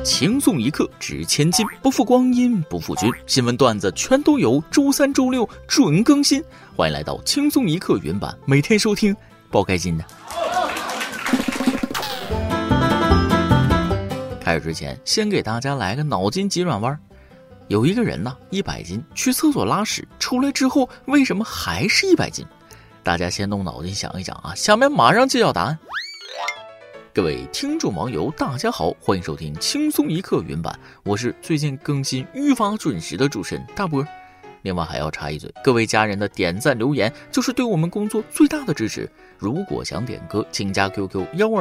轻松一刻值千金，不负光阴不负君。新闻段子全都有，周三周六准更新。欢迎来到轻松一刻云版，每天收听，包开心的。开始之前，先给大家来个脑筋急转弯。有一个人呢，100斤，去厕所拉屎，出来之后为什么还是100斤？大家先动脑筋想一想啊，下面马上揭晓答案。各位听众网友大家好，欢迎收听轻松一刻云版，我是最近更新愈发准时的主持人大波。另外还要插一嘴，各位家人的点赞留言就是对我们工作最大的支持。如果想点歌，请加 QQ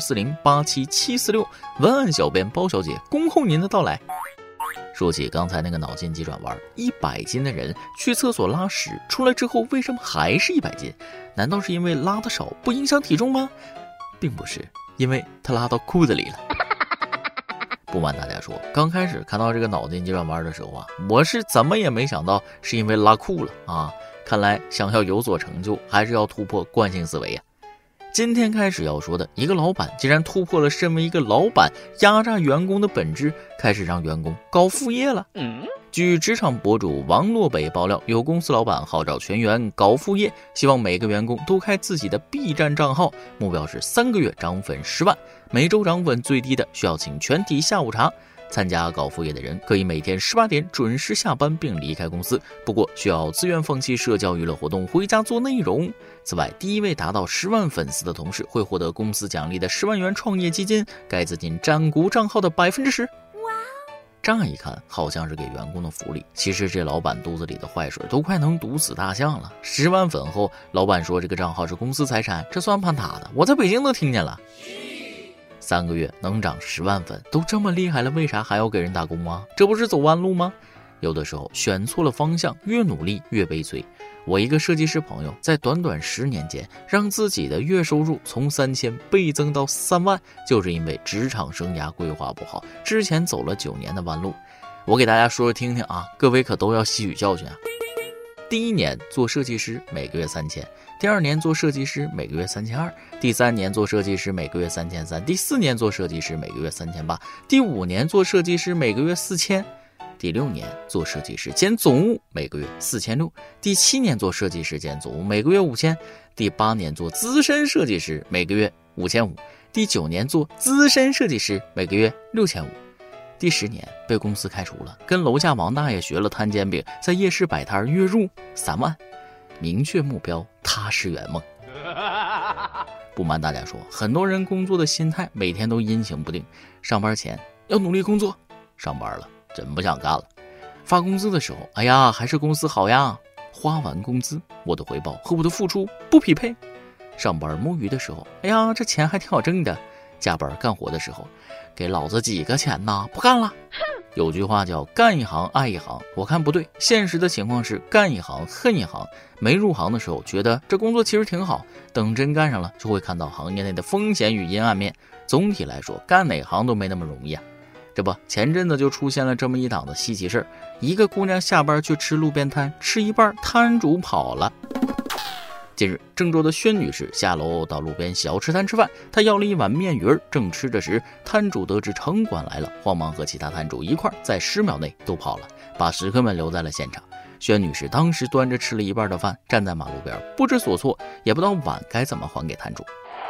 124087746，文案小编包小姐恭候您的到来。说起刚才那个脑筋急转弯，100斤的人去厕所拉屎，出来之后为什么还是100斤？难道是因为拉的少不影响体重吗？并不是，因为他拉到裤子里了。不瞒大家说，刚开始看到这个脑筋急转弯的时候啊，我是怎么也没想到是因为拉裤了啊！看来想要有所成就，还是要突破惯性思维啊。今天开始要说的，一个老板竟然突破了身为一个老板压榨员工的本质，开始让员工搞副业了。据职场博主王洛北爆料，有公司老板号召全员搞副业，希望每个员工都开自己的 B 站账号，目标是3个月涨粉10万，每周涨粉最低的需要请全体下午茶。参加搞副业的人可以每天18点准时下班并离开公司，不过需要自愿放弃社交娱乐活动，回家做内容。此外，第一位达到10万粉丝的同事会获得公司奖励的10万元创业基金，该资金占股账号的10%。乍一看好像是给员工的福利，其实这老板肚子里的坏水都快能毒死大象了。10万粉后，老板说这个账号是公司财产，这算盘打的，我在北京都听见了。3个月能涨10万粉，都这么厉害了，为啥还要给人打工啊？这不是走弯路吗？有的时候选错了方向，越努力越悲催。我一个设计师朋友在短短10年间，让自己的月收入从3000倍增到3万，就是因为职场生涯规划不好，之前走了9年的弯路。我给大家说说听听啊，各位可都要吸取教训啊。第1年做设计师，每个月3000；第2年做设计师，每个月3200；第3年做设计师，每个月3300；第4年做设计师，每个月3800；第5年做设计师，每个月4000；第6年做设计师兼总务，每个月4600；第7年做设计师兼总务，每个月5000；第8年做资深设计师，每个月5500；第9年做资深设计师，每个月6500；第10年被公司开除了，跟楼下王大爷学了摊煎饼，在夜市摆摊，月入3万。明确目标，踏实圆梦。不瞒大家说，很多人工作的心态每天都阴晴不定。上班前要努力工作，上班了真不想干了。发工资的时候，哎呀，还是公司好呀。花完工资，我的回报和我的付出不匹配。上班摸鱼的时候，哎呀，这钱还挺好挣的。加班干活的时候，给老子几个钱呐，不干了。有句话叫干一行爱一行，我看不对，现实的情况是干一行恨一行。没入行的时候觉得这工作其实挺好，等真干上了就会看到行业内的风险与阴暗面。总体来说，干哪行都没那么容易啊。这不，前阵子就出现了这么一档子稀奇事儿，一个姑娘下班去吃路边摊，吃一半摊主跑了。近日，郑州的薛女士下楼到路边小吃摊吃饭，她要了一碗面鱼儿，正吃着时，摊主得知城管来了，慌忙和其他摊主一块在10秒内都跑了，把食客们留在了现场。薛女士当时端着吃了一半的饭，站在马路边不知所措，也不知道碗该怎么还给摊主。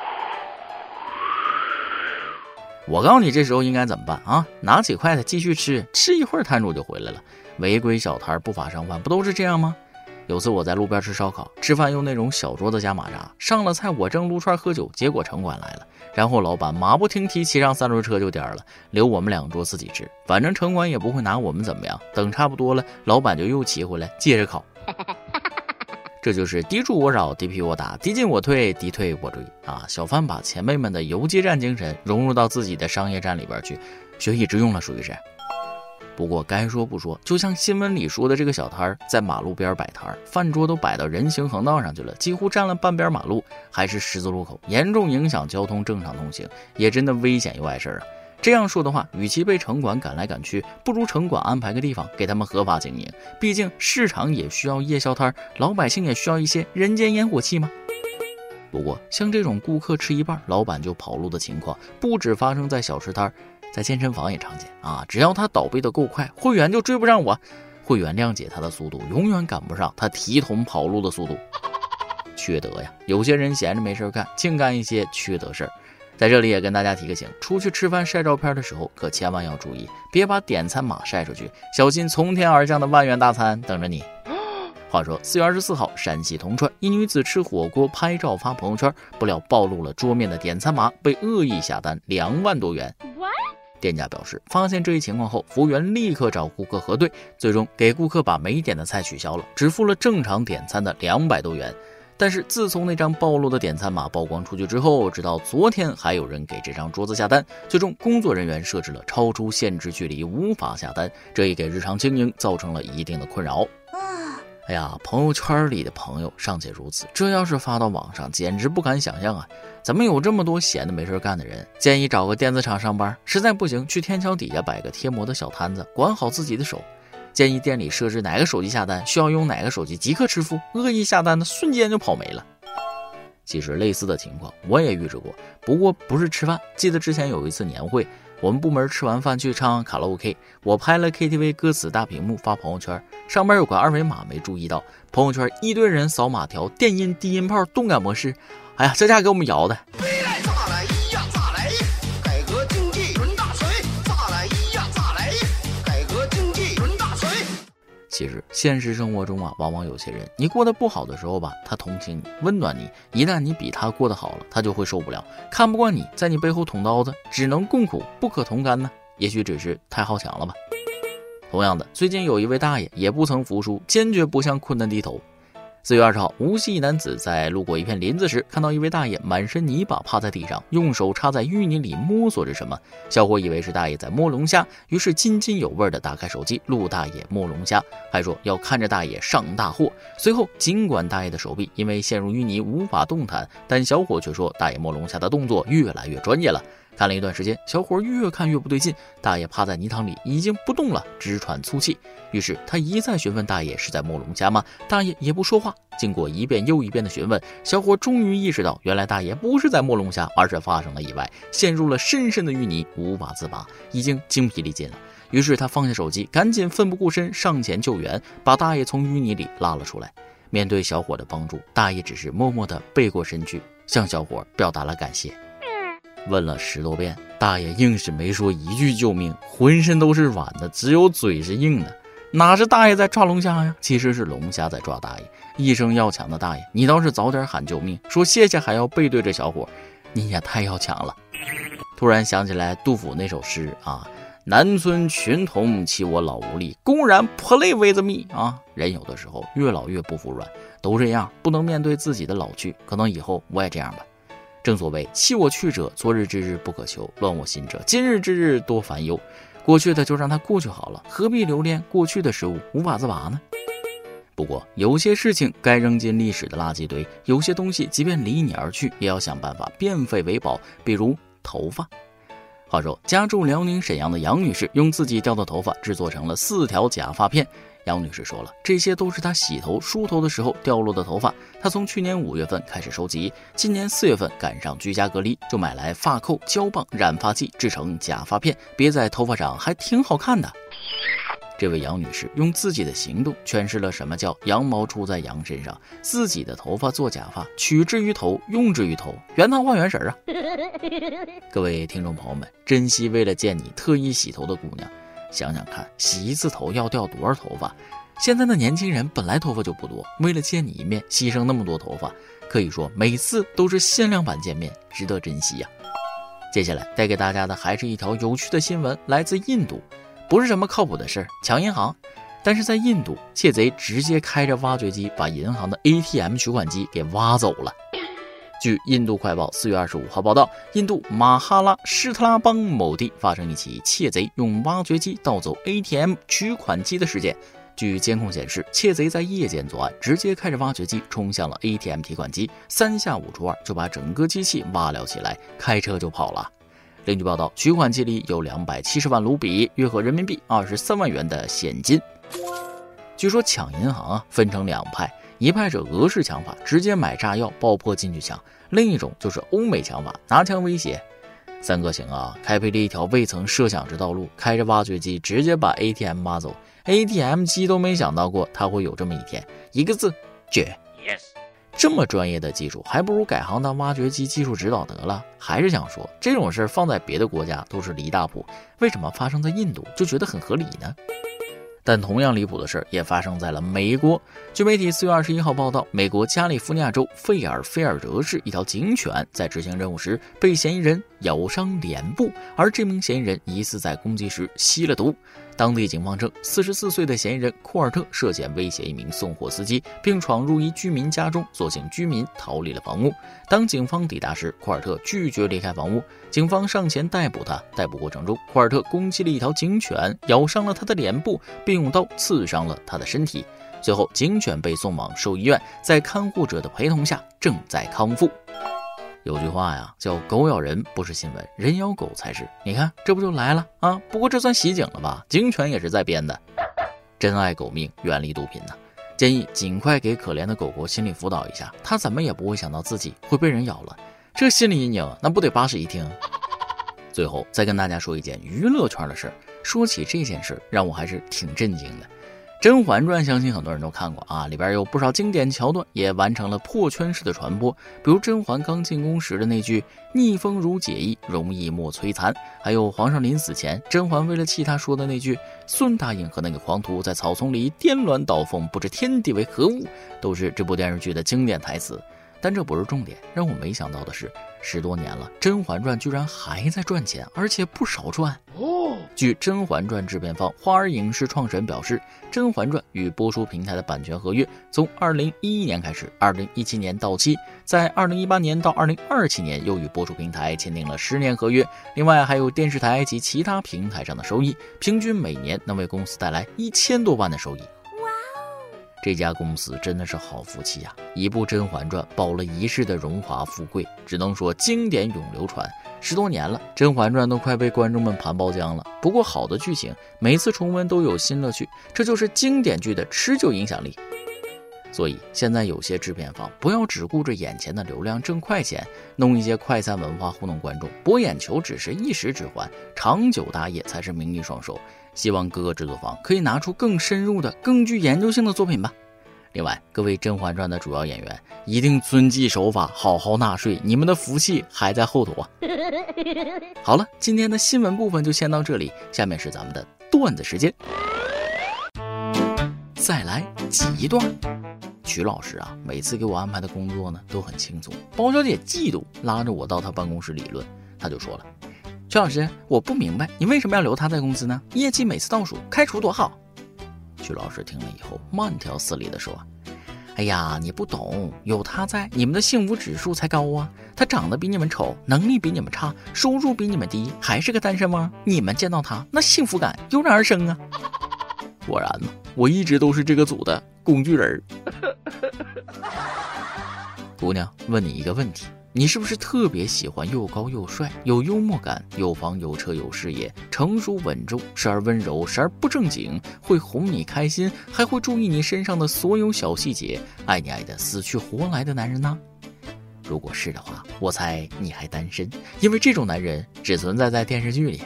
我告诉你这时候应该怎么办啊？拿起筷子继续吃，吃一会儿摊主就回来了。违规小摊不法商贩不都是这样吗？有次我在路边吃烧烤，吃饭用那种小桌子加马扎，上了菜我正撸串喝酒，结果城管来了，然后老板马不停蹄骑上3轮车就颠了，留我们2桌自己吃，反正城管也不会拿我们怎么样。等差不多了，老板就又骑回来接着烤。这就是敌驻我扰，敌疲我打，敌进我退，敌退我追啊！小贩把前辈们的游击战精神融入到自己的商业战里边去，学以致用了，属于是。不过该说不说，就像新闻里说的，这个小摊在马路边摆摊，饭桌都摆到人行横道上去了，几乎占了半边马路，还是十字路口，严重影响交通正常通行，也真的危险又碍事啊。这样说的话，与其被城管赶来赶去，不如城管安排个地方给他们合法经营，毕竟市场也需要夜宵摊，老百姓也需要一些人间烟火气嘛。不过像这种顾客吃一半老板就跑路的情况，不止发生在小吃摊， 在健身房也常见啊，只要他倒闭的够快，会员就追不上我，会员谅解他的速度，永远赶不上他提桶跑路的速度。缺德呀！有些人闲着没事干，净干一些缺德事儿。在这里也跟大家提个醒，出去吃饭晒照片的时候，可千万要注意，别把点餐码晒出去，小心从天而降的万元大餐等着你。话说4月24号，陕西铜川一女子吃火锅拍照发朋友圈，不料暴露了桌面的点餐码，被恶意下单2万多元。店家表示，发现这一情况后，服务员立刻找顾客核对，最终给顾客把没点的菜取消了，只付了正常点餐的200多元。但是自从那张暴露的点餐码曝光出去之后，直到昨天还有人给这张桌子下单，最终工作人员设置了超出限制距离无法下单，这也给日常经营造成了一定的困扰。哎呀，朋友圈里的朋友尚且如此，这要是发到网上，简直不敢想象啊！怎么有这么多闲的没事干的人？建议找个电子厂上班，实在不行去天桥底下摆个贴膜的小摊子，管好自己的手。建议店里设置哪个手机下单需要用哪个手机即刻支付，恶意下单的瞬间就跑没了。其实类似的情况我也遇着过，不过不是吃饭。记得之前有一次年会，我们部门吃完饭去唱卡拉 OK， 我拍了 KTV 歌词大屏幕发朋友圈，上面有个二维码没注意到，朋友圈一堆人扫码调电音低音炮动感模式，哎呀，这下给我们摇的。其实现实生活中啊，往往有些人你过得不好的时候吧，他同情你温暖你，一旦你比他过得好了，他就会受不了，看不惯你在你背后捅刀子，只能共苦不可同甘呢。也许只是太好强了吧。同样的，最近有一位大爷也不曾服输，坚决不向困难低头。4月20号，无锡一男子在路过一片林子时，看到一位大爷满身泥巴趴在地上，用手插在淤泥里摸索着什么。小伙以为是大爷在摸龙虾，于是津津有味地打开手机录大爷摸龙虾，还说要看着大爷上大货。随后尽管大爷的手臂因为陷入淤泥无法动弹，但小伙却说大爷摸龙虾的动作越来越专业了。看了一段时间，小伙越看越不对劲，大爷趴在泥塘里已经不动了，直喘粗气。于是他一再询问大爷是在摸龙虾吗？大爷也不说话。经过一遍又一遍的询问，小伙终于意识到，原来大爷不是在摸龙虾，而是发生了意外，陷入了深深的淤泥，无法自拔，已经精疲力尽了。于是他放下手机，赶紧奋不顾身上前救援，把大爷从淤泥里拉了出来。面对小伙的帮助，大爷只是默默地背过身去，向小伙表达了感谢。问了10多遍，大爷硬是没说一句救命，浑身都是软的，只有嘴是硬的。哪是大爷在抓龙虾呀，其实是龙虾在抓大爷。一生要强的大爷，你倒是早点喊救命，说谢谢还要背对着小伙，你也太要强了。突然想起来杜甫那首诗啊，南村群童欺我老无力，公然泼泪为子密啊。人有的时候越老越不服软，都这样，不能面对自己的老去，可能以后我也这样吧。正所谓弃我去者，昨日之日不可求；乱我心者，今日之日多烦忧。过去的就让它过去好了，何必留恋过去的事物无法自拔呢？不过有些事情该扔进历史的垃圾堆，有些东西即便离你而去，也要想办法变废为宝，比如头发。话说家住辽宁沈阳的杨女士用自己掉的头发制作成了4条假发片。杨女士说了，这些都是她洗头梳头的时候掉落的头发，她从去年5月份开始收集，今年4月份赶上居家隔离，就买来发扣、胶棒、染发剂制成假发片，别在头发上还挺好看的。这位杨女士用自己的行动诠释了什么叫羊毛出在羊身上，自己的头发做假发，取之于头，用之于头，原汤化原食啊！各位听众朋友们，珍惜为了见你特意洗头的姑娘，想想看，洗一次头要掉多少头发？现在的年轻人本来头发就不多，为了见你一面牺牲那么多头发，可以说每次都是限量版见面，值得珍惜呀。接下来带给大家的还是一条有趣的新闻，来自印度。不是什么靠谱的事儿，抢银行。但是在印度，窃贼直接开着挖掘机把银行的 ATM 取款机给挖走了。据印度快报4月25号报道，印度马哈拉施特拉邦某地发生一起窃贼用挖掘机盗走 ATM 取款机的事件。据监控显示，窃贼在夜间作案，直接开着挖掘机冲向了 ATM 提款机，3下5除2就把整个机器挖了起来，开车就跑了。另据报道，取款机里有270万卢比，约合人民币23万元的现金。据说抢银行分成2派，一派是俄式抢法，直接买炸药爆破进去抢；另一种就是欧美抢法，拿枪威胁。 三个行啊，开辟了一条未曾设想之道路，开着挖掘机直接把 ATM 挖走。ATM 机都没想到过它会有这么一天，一个字，绝。这么专业的技术，还不如改行当挖掘机技术指导得了。还是想说，这种事儿放在别的国家都是离大谱，为什么发生在印度就觉得很合理呢？但同样离谱的事儿也发生在了美国。据媒体4月21号报道，美国加利福尼亚州费尔菲尔德市一条警犬在执行任务时被嫌疑人咬伤脸部，而这名嫌疑人疑似在攻击时吸了毒。当地警方称，44岁的嫌疑人库尔特涉嫌威胁一名送货司机，并闯入一居民家中，所幸居民逃离了房屋。当警方抵达时，库尔特拒绝离开房屋，警方上前逮捕他。逮捕过程中，库尔特攻击了一条警犬，咬伤了他的脸部，并用刀刺伤了他的身体。最后，警犬被送往兽医院，在看护者的陪同下正在康复。有句话呀，叫狗咬人不是新闻，人咬狗才是。你看，这不就来了啊？不过这算袭警了吧？警犬也是在编的。珍爱狗命，远离毒品呢。建议尽快给可怜的狗狗心理辅导一下，它怎么也不会想到自己会被人咬了，这心理阴影那不得巴适一听。最后再跟大家说一件娱乐圈的事儿。说起这件事，让我还是挺震惊的。《甄嬛传》相信很多人都看过啊，里边有不少经典桥段也完成了破圈式的传播，比如甄嬛刚进宫时的那句逆风如解意，容易莫摧残，还有皇上临死前甄嬛为了气他说的那句孙答应和那个狂徒在草丛里颠鸾倒凤，不知天地为何物，都是这部电视剧的经典台词。但这不是重点，让我没想到的是，10多年了，《甄嬛传》居然还在赚钱，而且不少赚。据《甄嬛传》制片方花儿影视创始人表示，《甄嬛传》与播出平台的版权合约从2011年开始，2017年到期，在2018年到2027年又与播出平台签订了10年合约。另外还有电视台及其他平台上的收益，平均每年能为公司带来1000多万的收益。这家公司真的是好福气呀！一部《甄嬛传》保了一世的荣华富贵，只能说经典永流传。10多年了，《甄嬛传》都快被观众们盘包浆了。不过好的剧情，每次重温都有新乐趣，这就是经典剧的持久影响力。所以现在有些制片方不要只顾着眼前的流量挣快钱，弄一些快餐文化糊弄观众，博眼球只是一时之欢，长久大业才是名利双收。希望各个制作方可以拿出更深入的、更具研究性的作品吧。另外，各位《甄嬛传》的主要演员一定遵纪守法，好好纳税，你们的福气还在后头啊！好了，今天的新闻部分就先到这里，下面是咱们的段子时间。再来几段。曲老师啊，每次给我安排的工作呢都很轻松，包小姐嫉妒，拉着我到她办公室理论。她就说了，曲老师，我不明白你为什么要留他在公司呢？业绩每次倒数，开除多好。曲老师听了以后，慢条斯理地说，哎呀，你不懂，有他在，你们的幸福指数才高啊。他长得比你们丑，能力比你们差，收入比你们低，还是个单身汪，你们见到他那幸福感油然而生啊。果然呢，我一直都是这个组的工具人。姑娘，问你一个问题，你是不是特别喜欢又高又帅，有幽默感，有房有车有事业，成熟稳重，时而温柔，时而不正经，会哄你开心，还会注意你身上的所有小细节，爱你爱得死去活来的男人呢？如果是的话，我猜你还单身，因为这种男人只存在在电视剧里。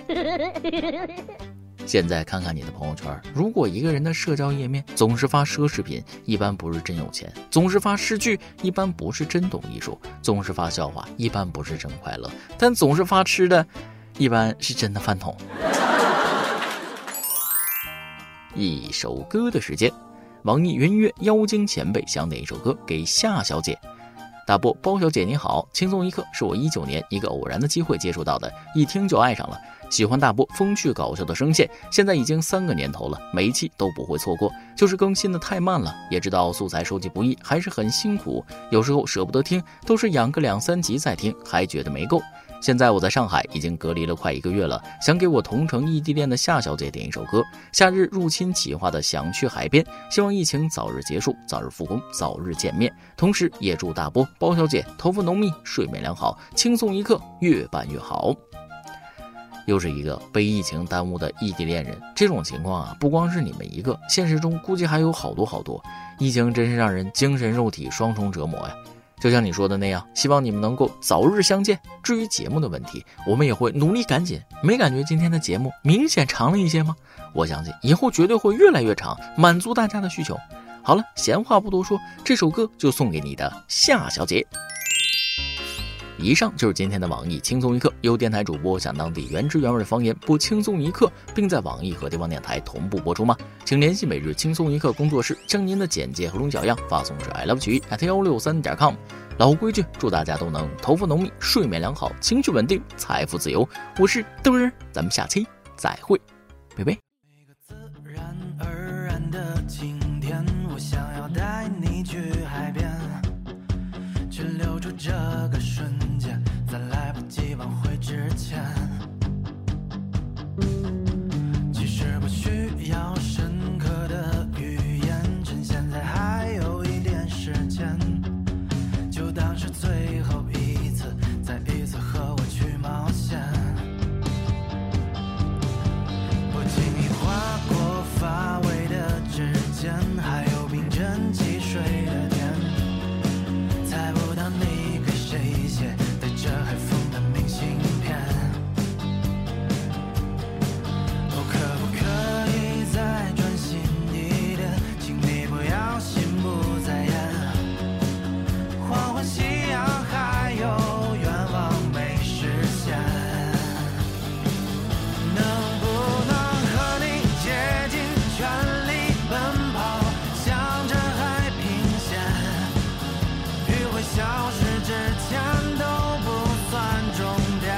现在看看你的朋友圈，如果一个人的社交页面总是发奢侈品，一般不是真有钱；总是发诗句，一般不是真懂艺术；总是发笑话，一般不是真快乐；但总是发吃的，一般是真的饭桶。一首歌的时间，网易云音乐妖精前辈想点一首歌给夏小姐。大波包小姐你好，轻松一刻是我19年一个偶然的机会接触到的，一听就爱上了。喜欢大波风趣搞笑的声线，现在已经3个年头了，每一期都不会错过，就是更新的太慢了，也知道素材收集不易，还是很辛苦，有时候舍不得听，都是养个2、3集再听，还觉得没够。现在我在上海已经隔离了快1个月了，想给我同城异地恋的夏小姐点一首歌，夏日入侵企划的想去海边，希望疫情早日结束，早日复工，早日见面，同时也祝大波包小姐头发浓密，睡眠良好，轻松一刻越办越好。又是一个被疫情耽误的异地恋人，这种情况啊，不光是你们一个，现实中估计还有好多好多。疫情真是让人精神肉体双重折磨呀。 就像你说的那样，希望你们能够早日相见。至于节目的问题，我们也会努力赶紧。没感觉今天的节目明显长了一些吗？我相信以后绝对会越来越长，满足大家的需求。好了，闲话不多说，这首歌就送给你的夏小姐。以上就是今天的网易轻松一刻，由电台主播讲当地原汁原味的方言，播轻松一刻，并在网易和地方电台同步播出吗？请联系每日轻松一刻工作室，将您的简介和龙角样发送至 iLoveChi@163.com。老规矩，祝大家都能头发浓密，睡眠良好，情绪稳定，财富自由。我是嘚儿，咱们下期再会，拜拜。 我想要带你去海边，去留住这个瞬间，在来不及挽回之前。其实不需要深刻的语言，趁现在还有一点时间，就当是最后一次，再一次和我去冒险。不经意划过发尾的指尖，还有冰镇汽水的甜，猜不到你给谁写带着海风的明信片。哦，可不可以再专心一点，请你不要心不在焉，黄昏夕阳还有愿望没实现，能不能和你竭尽全力奔跑，向着海平线，余晖消失之前都不算终点。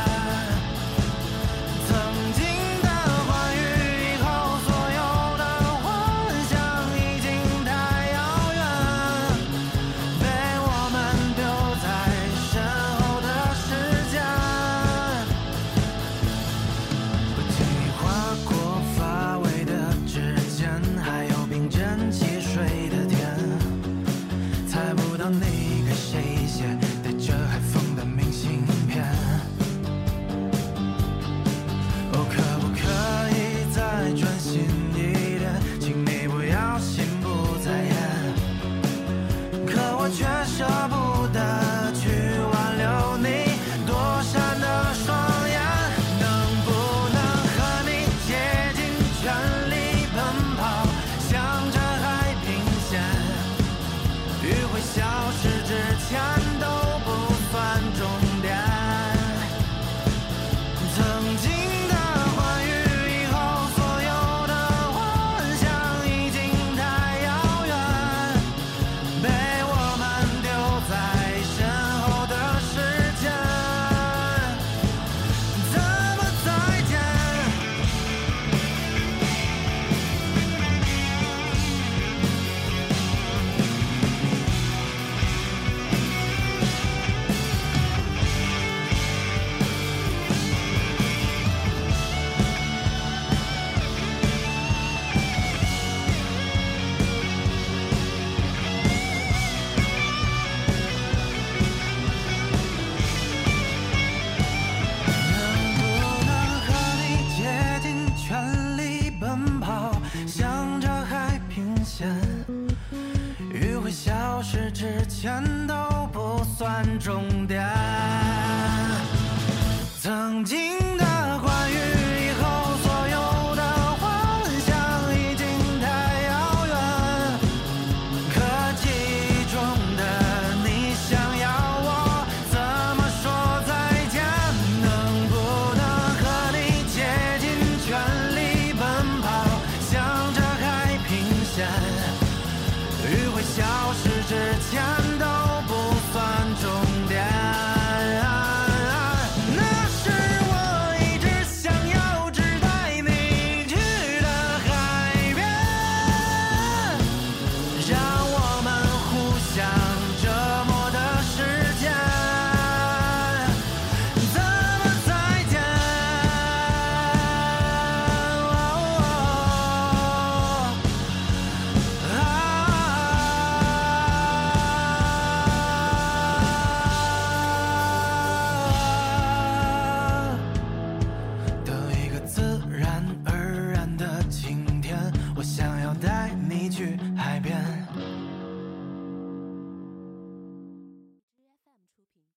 曾经的欢愉，以后所有的幻想已经太遥远，被我们丢在身后的时间。不经意划过发尾的指尖，还有冰镇汽水的甜，猜不到你给谁写带着海风的明信片。哦，可不可以再专心一点，请你不要心不在焉，可我却舍不得去挽留你躲闪的双眼。能不能和你竭尽全力奔跑，向着海平线，余晖消失之前都不算终点。曾经的欢愉，以后所有的幻想已经太遥远，被我们丢在身后的时间。怎么再见？能不能和你竭尽全力奔跑，向着海平线，余晖消失之前